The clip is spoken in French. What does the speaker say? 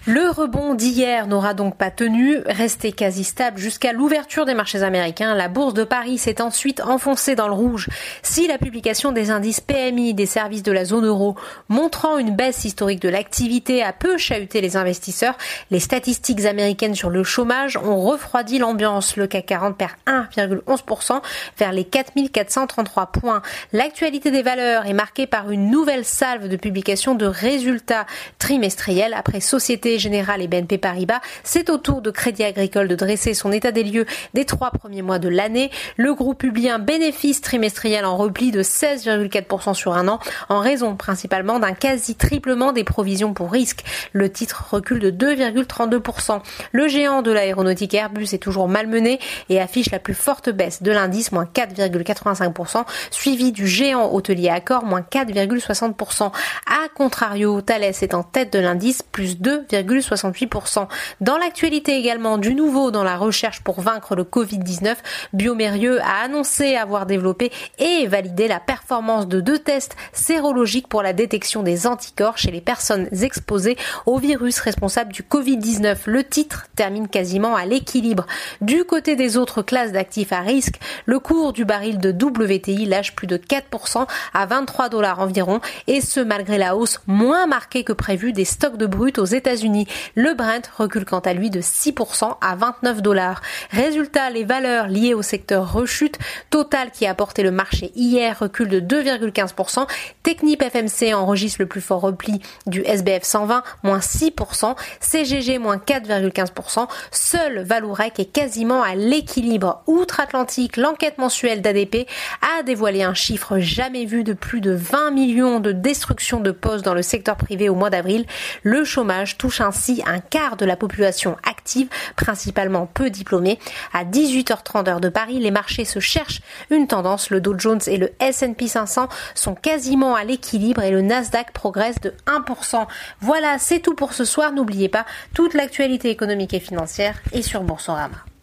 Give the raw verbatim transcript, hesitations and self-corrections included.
Le rebond d'hier n'aura donc pas tenu, resté quasi stable jusqu'à l'ouverture des marchés américains. La bourse de Paris s'est ensuite enfoncée dans le rouge. Si la publication des indices P M I des services de la zone euro montrant une baisse historique de l'activité a peu chahuté les investisseurs, les statistiques américaines sur le chômage ont refroidi l'ambiance. Le C A C quarante perd un virgule onze pour cent vers les quatre mille quatre cent trente-trois points. L'actualité des valeurs est marquée par une nouvelle salve de publication de résultats trimestriels après Société Générale et B N P Paribas. C'est au tour de Crédit Agricole de dresser son état des lieux des trois premiers mois de l'année. Le groupe publie un bénéfice trimestriel en repli de seize virgule quatre pour cent sur un an, en raison principalement d'un quasi-triplement des provisions pour risque. Le titre recule de deux virgule trente-deux pour cent. Le géant de l'aéronautique Airbus est toujours malmené et affiche la plus forte baisse de l'indice, moins quatre virgule quatre-vingt-cinq pour cent, suivi du géant hôtelier Accor, moins quatre virgule soixante pour cent. A contrario, Thales est en tête de l'indice, plus deux virgule soixante-huit pour cent. Dans l'actualité également, du nouveau dans la recherche pour vaincre le covid dix-neuf, Biomérieux a annoncé avoir développé et validé la performance de deux tests sérologiques pour la détection des anticorps chez les personnes exposées au virus responsable du covid dix-neuf. Le titre termine quasiment à l'équilibre. Du côté des autres classes d'actifs à risque, le cours du baril de W T I lâche plus de quatre pour cent à vingt-trois dollars environ, et ce malgré la hausse moins marquée que prévue des stocks de brut aux États-Unis. Le Brent recule quant à lui de six pour cent à vingt-neuf dollars. Résultat, les valeurs liées au secteur rechutent. Total, qui a porté le marché hier, recule de deux virgule quinze pour cent. Technip F M C enregistre le plus fort repli du S B F cent vingt, moins six pour cent. C G G, moins quatre virgule quinze pour cent. Seul Valourec est quasiment à l'équilibre. Outre-Atlantique, l'enquête mensuelle d'A D P a dévoilé un chiffre jamais vu de plus de vingt millions de destructions de postes dans le secteur privé au mois d'avril. Le chômage touche ainsi un quart de la population active, principalement peu diplômée. À dix-huit heures trente heure de Paris, les marchés se cherchent une tendance. Le Dow Jones et le S and P cinq cents sont quasiment à l'équilibre et le Nasdaq progresse de un pour cent. Voilà, c'est tout pour ce soir. N'oubliez pas, toute l'actualité économique et financière est sur Boursorama.